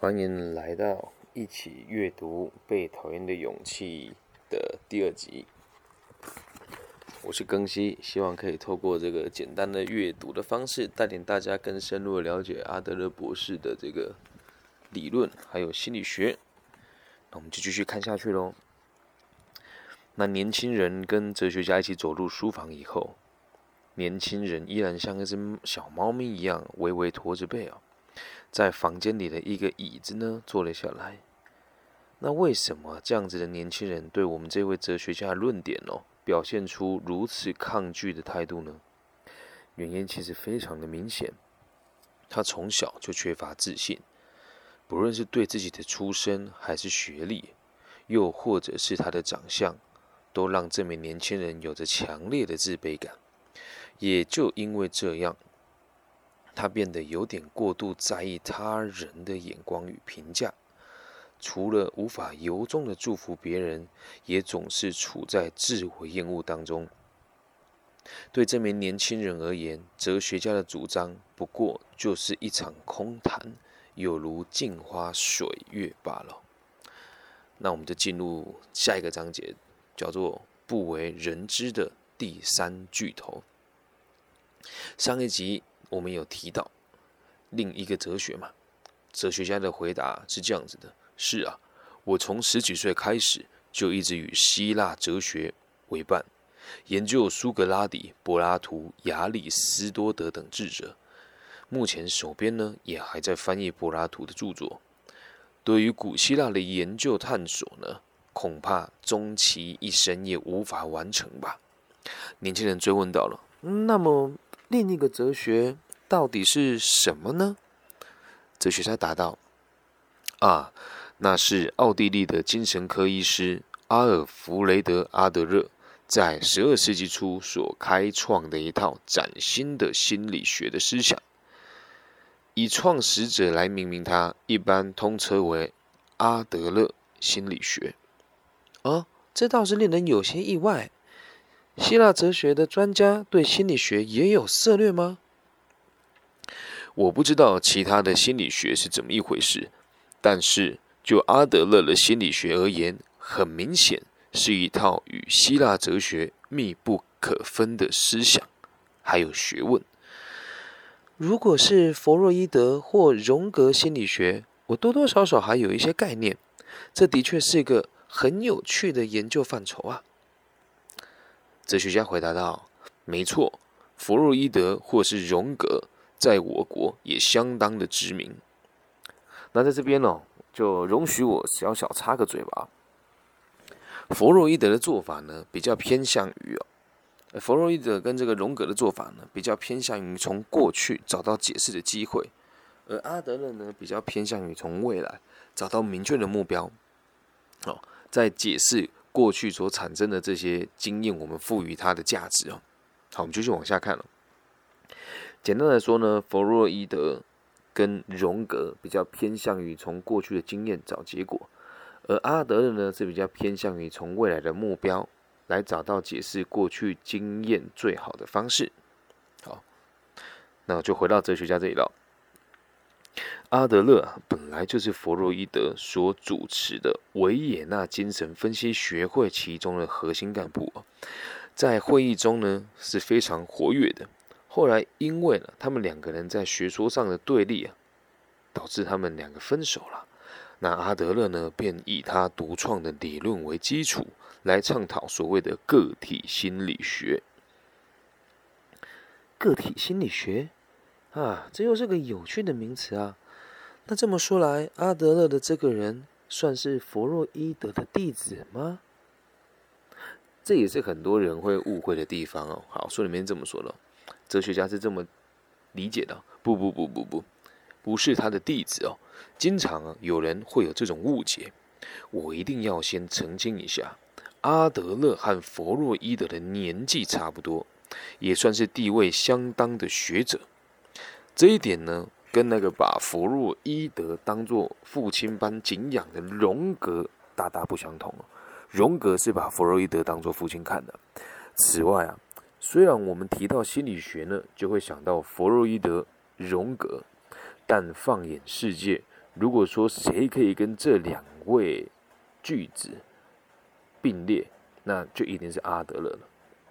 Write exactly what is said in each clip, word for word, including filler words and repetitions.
欢迎来到一起阅读《被讨厌的勇气》的第二集。我是庚希，希望可以透过这个简单的阅读的方式，带领大家更深入的了解阿德勒博士的这个理论还有心理学。那我们就继续看下去咯。那年轻人跟哲学家一起走入书房以后，年轻人依然像一只小猫咪一样微微驼着背哦，在房间里的一个椅子呢坐了下来。那为什么这样子的年轻人对我们这位哲学家的论点哦，表现出如此抗拒的态度呢？原因其实非常的明显，他从小就缺乏自信，不论是对自己的出身还是学历，又或者是他的长相，都让这名年轻人有着强烈的自卑感。也就因为这样，他变得有点过度在意他人的眼光与评价，除了无法由衷的祝福别人，也总是处在自我厌恶当中。对这名年轻人而言，哲学家的主张不过就是一场空谈，有如镜花水月罢了。那我们就进入下一个章节，叫做不为人知的第三巨头。上一集我们有提到另一个哲学嘛，哲学家的回答是这样子的：是啊，我从十几岁开始就一直与希腊哲学为伴，研究苏格拉底、柏拉图、亚里士多德等智者。目前手边呢也还在翻译柏拉图的著作。对于古希腊的研究探索呢，恐怕终其一生也无法完成吧。年轻人追问到了，那么另一个哲学到底是什么呢？哲学家答道：啊，那是奥地利的精神科医师阿尔弗雷德·阿德勒在十二世纪初所开创的一套崭新的心理学的思想。以创始者来命名它，一般通称为阿德勒心理学。哦，这倒是令人有些意外。希腊哲学的专家对心理学也有涉猎吗？我不知道其他的心理学是怎么一回事，但是就阿德勒的心理学而言，很明显是一套与希腊哲学密不可分的思想，还有学问。如果是弗洛伊德或荣格心理学，我多多少少还有一些概念。这的确是一个很有趣的研究范畴啊。哲学家回答道：没错，弗洛伊德或是荣格在我国也相当的知名。那在这边呢，就容许我小小插个嘴吧。弗洛伊德的做法呢，比较偏向于哦，弗洛伊德跟这个荣格的做法呢，比较偏向于从过去找到解释的机会，而阿德勒呢，比较偏向于从未来找到明确的目标。哦，在解释过去所产生的这些经验，我们赋予它的价值哦。好，我们继续往下看了。简单来说呢，弗洛伊德跟荣格比较偏向于从过去的经验找结果，而阿德勒呢是比较偏向于从未来的目标来找到解释过去经验最好的方式。好，那就回到哲学家这里了。阿德勒本来就是弗洛伊德所主持的维也纳精神分析学会其中的核心干部，在会议中呢是非常活跃的。后来因为呢他们两个人在学说上的对立啊，导致他们两个分手了。那阿德勒呢便以他独创的理论为基础，来倡讨所谓的个体心理学。个体心理学啊，这又是个有趣的名词啊。那这么说来，阿德勒的这个人算是弗洛伊德的弟子吗？这也是很多人会误会的地方哦。好，书里面这么说了，哲学家是这么理解的。不不不不不，不是他的弟子哦。经常啊，有人会有这种误解，我一定要先澄清一下。阿德勒和弗洛伊德的年纪差不多，也算是地位相当的学者。这一点呢，跟那个把弗洛伊德当作父亲般敬仰的荣格大大不相同。荣格是把弗洛伊德当作父亲看的。此外啊，虽然我们提到心理学呢，就会想到弗洛伊德、荣格，但放眼世界， 如果说谁可以跟这两位巨子并列，那就一定是阿德勒了。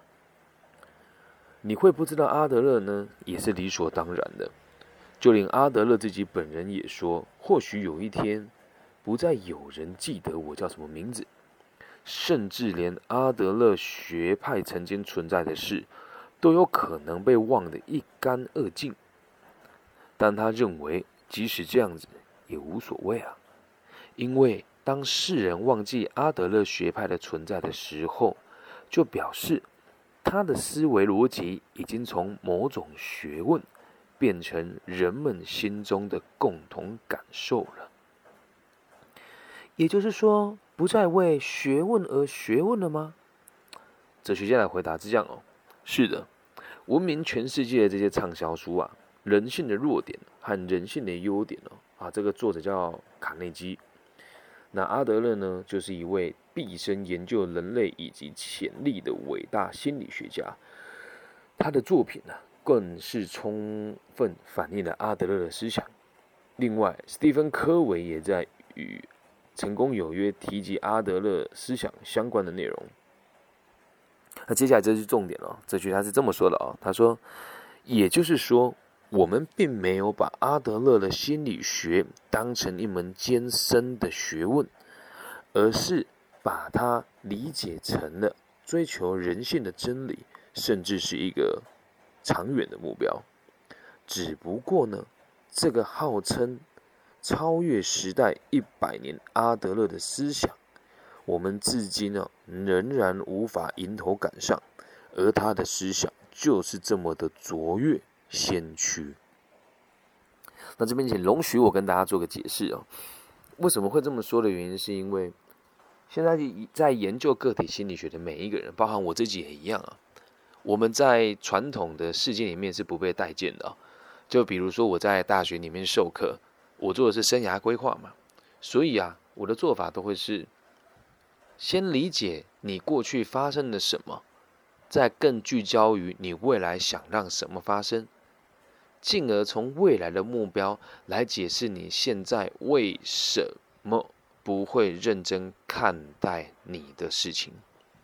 你会不知道阿德勒呢，也是理所当然的。就连阿德勒自己本人也说，或许有一天不再有人记得我叫什么名字，甚至连阿德勒学派曾经存在的事都有可能被忘得一干二净。但他认为即使这样子也无所谓啊，因为当世人忘记阿德勒学派的存在的时候，就表示他的思维逻辑已经从某种学问变成人们心中的共同感受了。也就是说，不再为学问而学问了吗？哲学家来回答是这样哦，是的，闻名全世界的这些畅销书啊，人性的弱点和人性的优点哦，啊，这个作者叫卡内基。那阿德勒呢，就是一位毕生研究人类以及潜力的伟大心理学家。他的作品呢、啊，更是充分反映了阿德勒的思想。另外，史蒂芬·科维也在与成功有约提及阿德勒思想相关的内容。那接下来这是重点哦，这句他是这么说的哦，他说，也就是说，我们并没有把阿德勒的心理学当成一门艰深的学问，而是把它理解成了追求人性的真理，甚至是一个长远的目标。只不过呢，这个号称超越时代一百年阿德勒的思想，我们至今呢仍然无法迎头赶上，而他的思想就是这么的卓越先驱。那这边请容许我跟大家做个解释哦。为什么会这么说的原因，是因为现在在研究个体心理学的每一个人，包含我自己也一样啊，我们在传统的世界里面是不被待见的、哦。就比如说我在大学里面授课，我做的是生涯规划嘛，所以啊，我的做法都会是先理解你过去发生了什么，再更聚焦于你未来想让什么发生，进而从未来的目标来解释你现在为什么不会认真看待你的事情。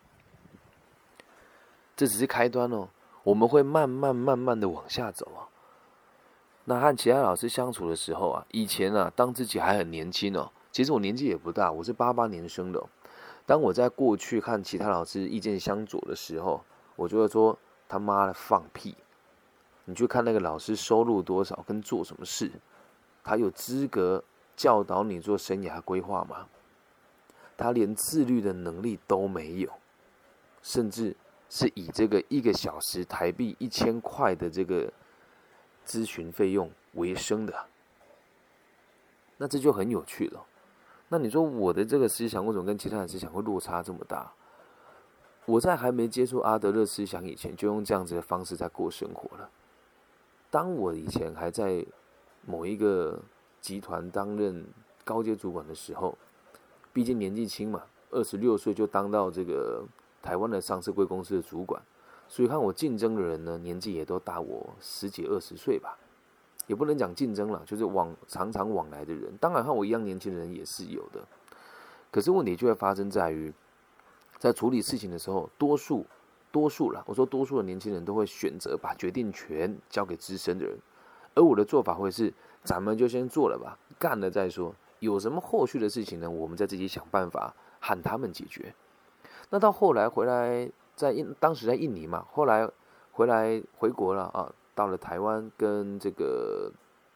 这只是开端哦，我们会慢慢慢慢的往下走啊。那和其他老师相处的时候啊，以前啊，当自己还很年轻哦，其实我年纪也不大，我是八八年生的、哦。当我在过去看其他老师意见相左的时候，我就会说他妈的放屁！你去看那个老师收入多少跟做什么事，他有资格教导你做生涯规划吗？他连自律的能力都没有，甚至是以这个一个小时台币一千块的这个咨询费用为生的，那这就很有趣了。那你说我的这个思想为什么跟其他人思想会落差这么大？我在还没接触阿德勒思想以前，就用这样子的方式在过生活了。当我以前还在某一个集团担任高阶主管的时候，毕竟年纪轻嘛，二十六岁就当到这个台湾的上市贵公司的主管，所以看我竞争的人呢，年纪也都大我十几二十岁吧。也不能讲竞争了，就是往常常往来的人，当然和我一样年轻的人也是有的。可是问题就会发生在于，在处理事情的时候，多数多数啦，我说多数的年轻人都会选择把决定权交给资深的人，而我的做法会是，咱们就先做了吧，干了再说，有什么后续的事情呢，我们再自己想办法和他们解决。那到后来回来，在印当时在印尼嘛，后来回来回国了啊。到了台湾，跟这个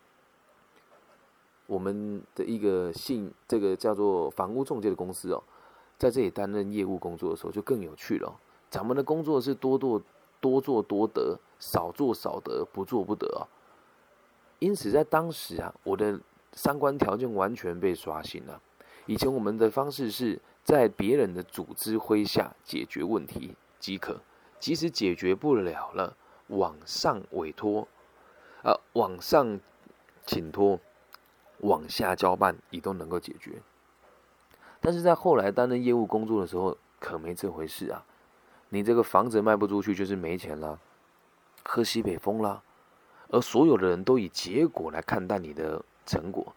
我们的一个信，这个叫做房屋中介的公司哦，在这里担任业务工作的时候就更有趣了、哦。咱们的工作是多做多做多得，少做少得，不做不得哦。因此在当时啊，我的三观条件完全被刷新了。以前我们的方式是在别人的组织麾下解决问题即可，即使解决不了了，往上委托，呃，往上请托，往下交办也都能够解决。但是在后来担任业务工作的时候，可没这回事啊！你这个房子卖不出去，就是没钱啦，喝西北风啦，而所有的人都以结果来看待你的成果。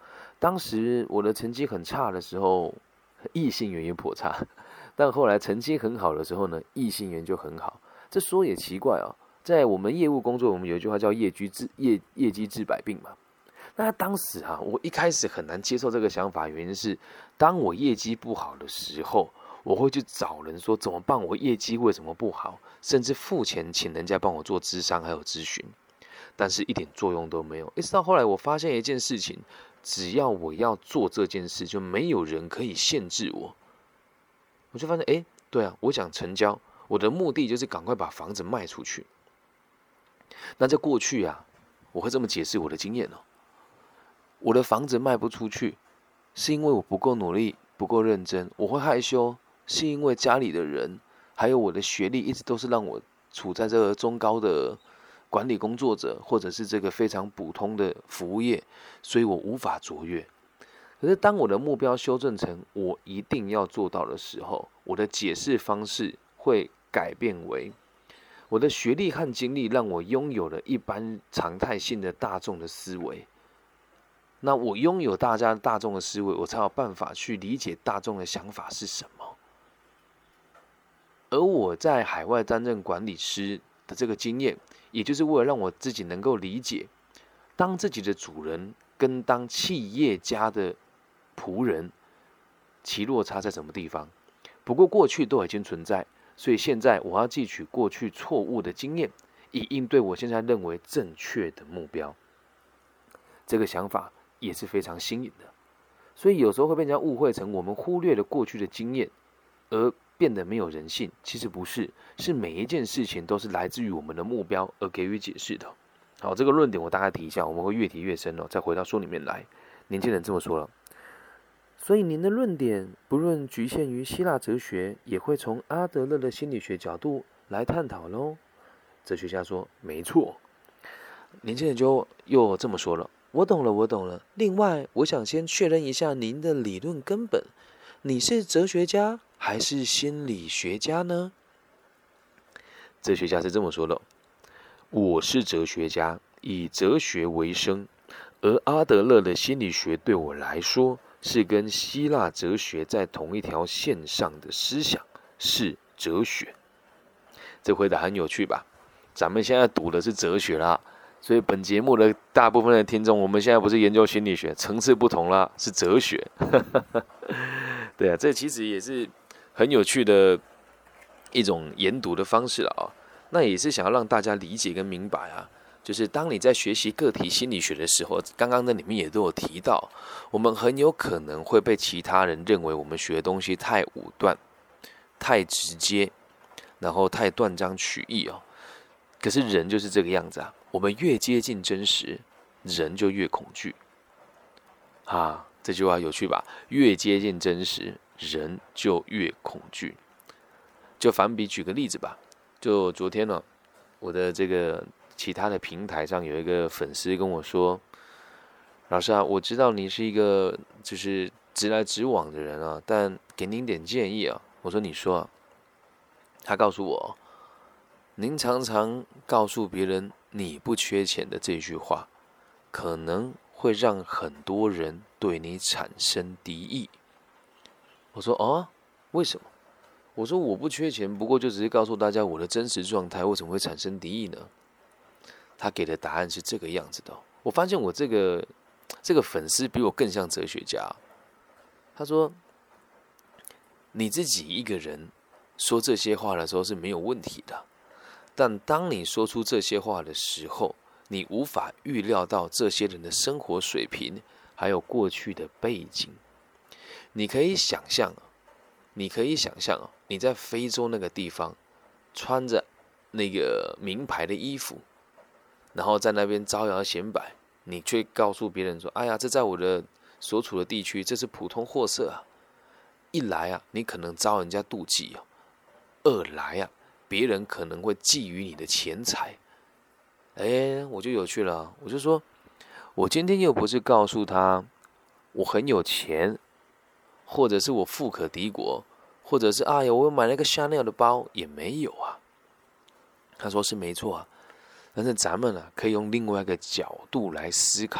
当时我的成绩很差的时候，异性缘也颇差，但后来成绩很好的时候呢，异性缘就很好。这说也奇怪哦，在我们业务工作，我们有一句话叫业绩治业业绩治百病嘛。那当时啊，我一开始很难接受这个想法，原因是当我业绩不好的时候，我会去找人说怎么办，我业绩为什么不好，甚至付钱请人家帮我做咨商还有咨询，但是一点作用都没有。一直到后来，我发现一件事情，只要我要做这件事，就没有人可以限制我。我就发现，哎，对啊，我想成交，我的目的就是赶快把房子卖出去。那在过去啊，我会这么解释我的经验哦。我的房子卖不出去，是因为我不够努力，不够认真。我会害羞，是因为家里的人，还有我的学历，一直都是让我处在这个中高的管理工作者，或者是这个非常普通的服务业，所以我无法卓越。可是当我的目标修正成我一定要做到的时候，我的解释方式会改变为，我的学历和经历让我拥有了一般常态性的大众的思维。那我拥有大家大众的思维，我才有办法去理解大众的想法是什么。而我在海外担任管理师的这个经验，也就是为了让我自己能够理解，当自己的主人跟当企业家的仆人，其落差在什么地方。不过过去都已经存在，所以现在我要汲取过去错误的经验，以应对我现在认为正确的目标。这个想法也是非常新颖的，所以有时候会被人家误会成我们忽略了过去的经验，而变得没有人性。其实不是，是每一件事情都是来自于我们的目标而给予解释的。好，这个论点我大概提一下，我们会越提越深哦。再回到书里面来，年轻人这么说了。所以您的论点不论局限于希腊哲学，也会从阿德勒的心理学角度来探讨咯。哲学家说，没错。年轻人就又这么说了，我懂了，我懂了。另外，我想先确认一下您的理论根本，你是哲学家还是心理学家呢？哲学家是这么说的，我是哲学家，以哲学为生，而阿德勒的心理学对我来说，是跟希腊哲学在同一条线上的思想，是哲学。这回答很有趣吧？咱们现在读的是哲学啦，所以本节目的大部分的听众，我们现在不是研究心理学，层次不同啦，是哲学。对啊，这其实也是很有趣的一种研读的方式了啊。那也是想要让大家理解跟明白啊，就是当你在学习个体心理学的时候，刚刚那里面也都有提到，我们很有可能会被其他人认为我们学的东西太武断、太直接，然后太断章取义哦。可是人就是这个样子啊，我们越接近真实，人就越恐惧啊。这句话有趣吧？越接近真实，人就越恐惧。就反比举个例子吧，就昨天呢，我的这个其他的平台上有一个粉丝跟我说，老师啊，我知道你是一个就是直来直往的人啊，但给您点建议啊。我说你说啊。他告诉我，您常常告诉别人你不缺钱的这句话，可能会让很多人对你产生敌意。我说哦，为什么？我说我不缺钱，不过就只是告诉大家我的真实状态，为什么会产生敌意呢？他给的答案是这个样子的哦。我发现我这个这个粉丝比我更像哲学家。他说，你自己一个人说这些话的时候是没有问题的，但当你说出这些话的时候，你无法预料到这些人的生活水平，还有过去的背景。你可以想象，你可以想象，你在非洲那个地方，穿着那个名牌的衣服，然后在那边招摇显摆，你却告诉别人说：“哎呀，这在我的所处的地区，这是普通货色啊。”一来啊，你可能招人家妒忌啊；二来啊，别人可能会觊觎你的钱财。哎，我就有趣了，我就说，我今天又不是告诉他我很有钱，或者是我富可敌国，或者是哎呀，我买了个 Chanel 的包，也没有啊。他说是没错啊，但是咱们啊，可以用另外一个角度来思考，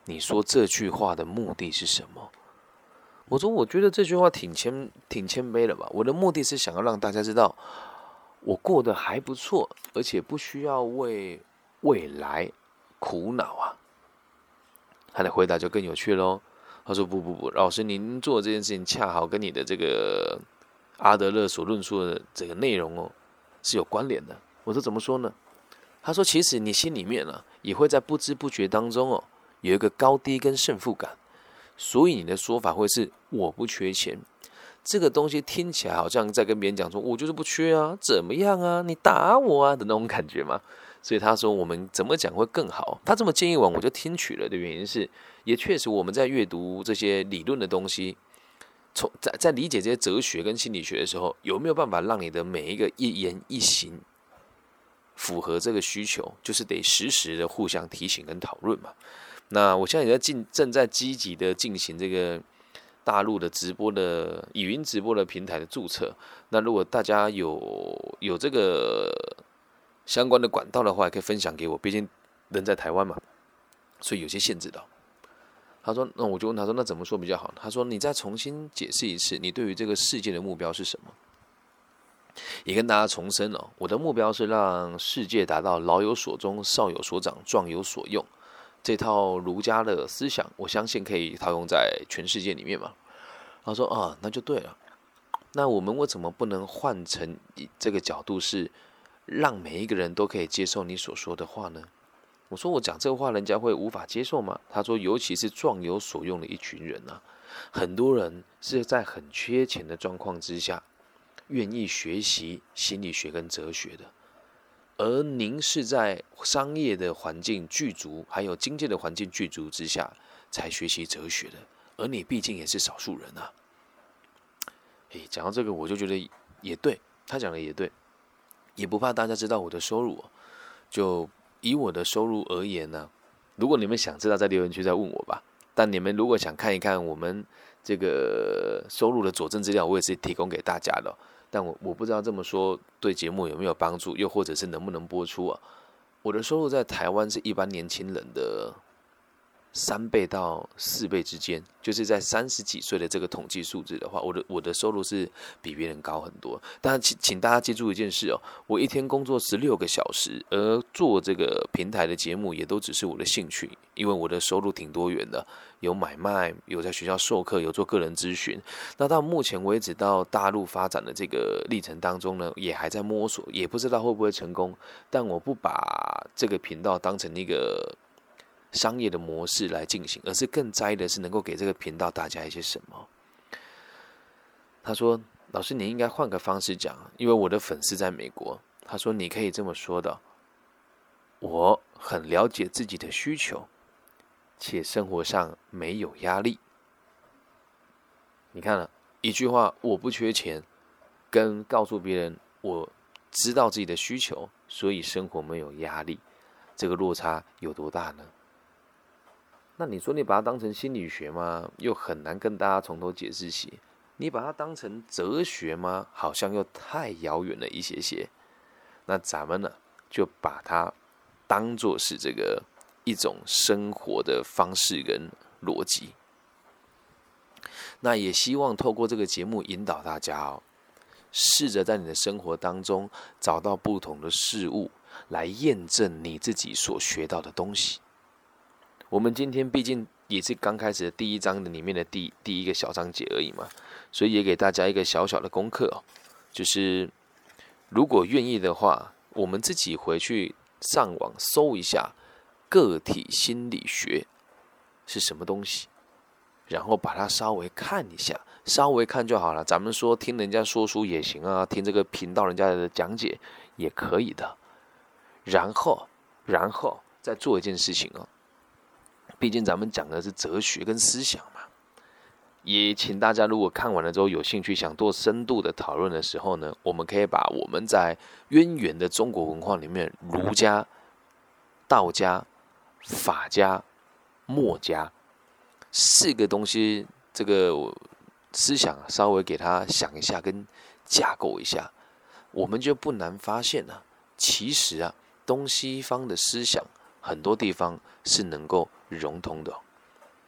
你说这句话的目的是什么？我说我觉得这句话挺谦挺谦卑的吧。我的目的是想要让大家知道我过得还不错，而且不需要为未来苦恼啊。他的回答就更有趣喽。他说不不不，老师您做这件事情恰好跟你的这个阿德勒所论述的这个内容哦是有关联的。我说怎么说呢？他说其实你心里面啊也会在不知不觉当中哦有一个高低跟胜负感。所以你的说法会是我不缺钱，这个东西听起来好像在跟别人讲说我就是不缺啊，怎么样啊，你打我啊的那种感觉嘛。所以他说我们怎么讲会更好，他这么建议完我就听取了的原因是，也确实我们在阅读这些理论的东西，从在在理解这些哲学跟心理学的时候，有没有办法让你的每一个一言一行符合这个需求，就是得实时的互相提醒跟讨论嘛。那我现在也在进正在积极的进行这个大陆的直播的语音直播的平台的注册。那如果大家有有这个相关的管道的话，也可以分享给我，毕竟人在台湾嘛，所以有些限制的。他说，那我就问他说，那怎么说比较好？他说，你再重新解释一次，你对于这个世界的目标是什么？也跟大家重申哦，我的目标是让世界达到老有所终、少有所长、壮有所用。这套儒家的思想，我相信可以套用在全世界里面嘛。他说啊，那就对了。那我们为什么不能换成这个角度是，让每一个人都可以接受你所说的话呢？我说我讲这个话，人家会无法接受吗？他说，尤其是壮有所用的一群人啊，很多人是在很缺钱的状况之下，愿意学习心理学跟哲学的。而您是在商业的环境具足，还有经济的环境具足之下，才学习哲学的。而你毕竟也是少数人啊。诶，讲到这个，我就觉得也对，他讲的也对，也不怕大家知道我的收入哦。就以我的收入而言呢、啊，如果你们想知道，在留言区再问我吧。但你们如果想看一看我们这个收入的佐证资料，我也是提供给大家的、哦。但我我不知道这么说对节目有没有帮助，又或者是能不能播出啊？我的收入在台湾是一般年轻人的三倍到四倍之间，就是在三十几岁的这个统计数字的话，我的我的收入是比别人高很多。但请请大家记住一件事哦，我一天工作十六个小时，而做这个平台的节目也都只是我的兴趣，因为我的收入挺多元的，有买卖，有在学校授课，有做个人咨询。那到目前为止，到大陆发展的这个历程当中呢，也还在摸索，也不知道会不会成功。但我不把这个频道当成一个商业的模式来进行，而是更在意的是能够给这个频道大家一些什么。他说：“老师，你应该换个方式讲，因为我的粉丝在美国。”他说：“你可以这么说的，我很了解自己的需求，且生活上没有压力。”你看了一句话，我不缺钱，跟告诉别人我知道自己的需求，所以生活没有压力，这个落差有多大呢？那你说你把它当成心理学吗？又很难跟大家从头解释起。你把它当成哲学吗？好像又太遥远了一些些。那咱们呢，就把它当作是这个一种生活的方式跟逻辑。那也希望透过这个节目引导大家哦，试着在你的生活当中找到不同的事物，来验证你自己所学到的东西。我们今天毕竟也是刚开始的第一章里面的第第一个小章节而已嘛，所以也给大家一个小小的功课哦，就是如果愿意的话，我们自己回去上网搜一下个体心理学是什么东西，然后把它稍微看一下，稍微看就好了。咱们说听人家说书也行啊，听这个频道人家的讲解也可以的。然后，然后再做一件事情哦。毕竟咱们讲的是哲学跟思想嘛，也请大家如果看完了之后有兴趣想做深度的讨论的时候呢，我们可以把我们在渊源的中国文化里面，儒家、道家、法家、墨家四个东西，这个思想稍微给它想一下跟架构一下，我们就不难发现了、啊，其实啊，东西方的思想很多地方是能够融通的。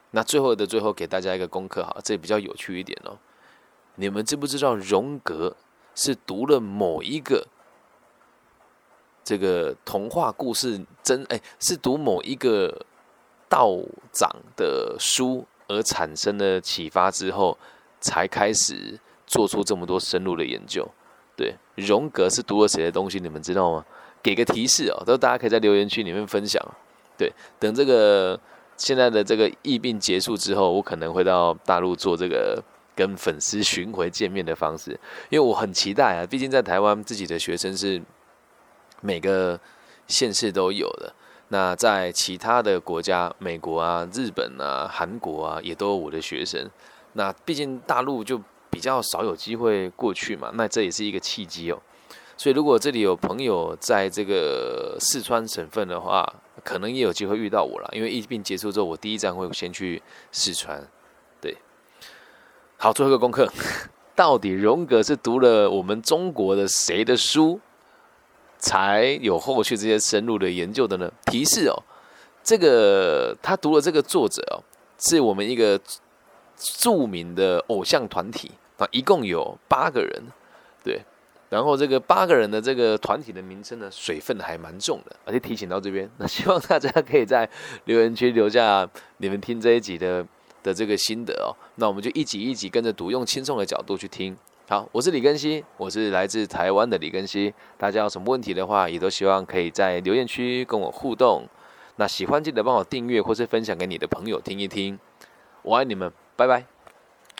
那最后的最后，给大家一个功课哈，这比较有趣一点哦。你们知不知道荣格是读了某一个这个童话故事真哎，是读某一个道长的书而产生了启发之后，才开始做出这么多深入的研究？对，荣格是读了谁的东西？你们知道吗？给个提示哦，都大家可以在留言区里面分享。对，等这个现在的这个疫病结束之后，我可能会到大陆做这个跟粉丝巡回见面的方式，因为我很期待啊，毕竟在台湾自己的学生是每个县市都有的。那在其他的国家，美国啊、日本啊、韩国啊，也都有我的学生。那毕竟大陆就比较少有机会过去嘛，那这也是一个契机哦。所以如果这里有朋友在这个四川省份的话，可能也有机会遇到我啦。因为疫病结束之后，我第一站会先去四川。对，好，最后一个功课，到底荣格是读了我们中国的谁的书，才有后续这些深入的研究的呢？提示哦，这个他读了这个作者哦，是我们一个著名的偶像团体啊，一共有八个人，对。然后这个八个人的这个团体的名称呢，水分还蛮重的，而且提醒到这边，那希望大家可以在留言区留下你们听这一集的的这个心得哦。那我们就一集一集跟着读，用轻松的角度去听。好，我是李根熙，我是来自台湾的李根熙。大家有什么问题的话，也都希望可以在留言区跟我互动。那喜欢记得帮我订阅或是分享给你的朋友听一听。我爱你们，拜拜。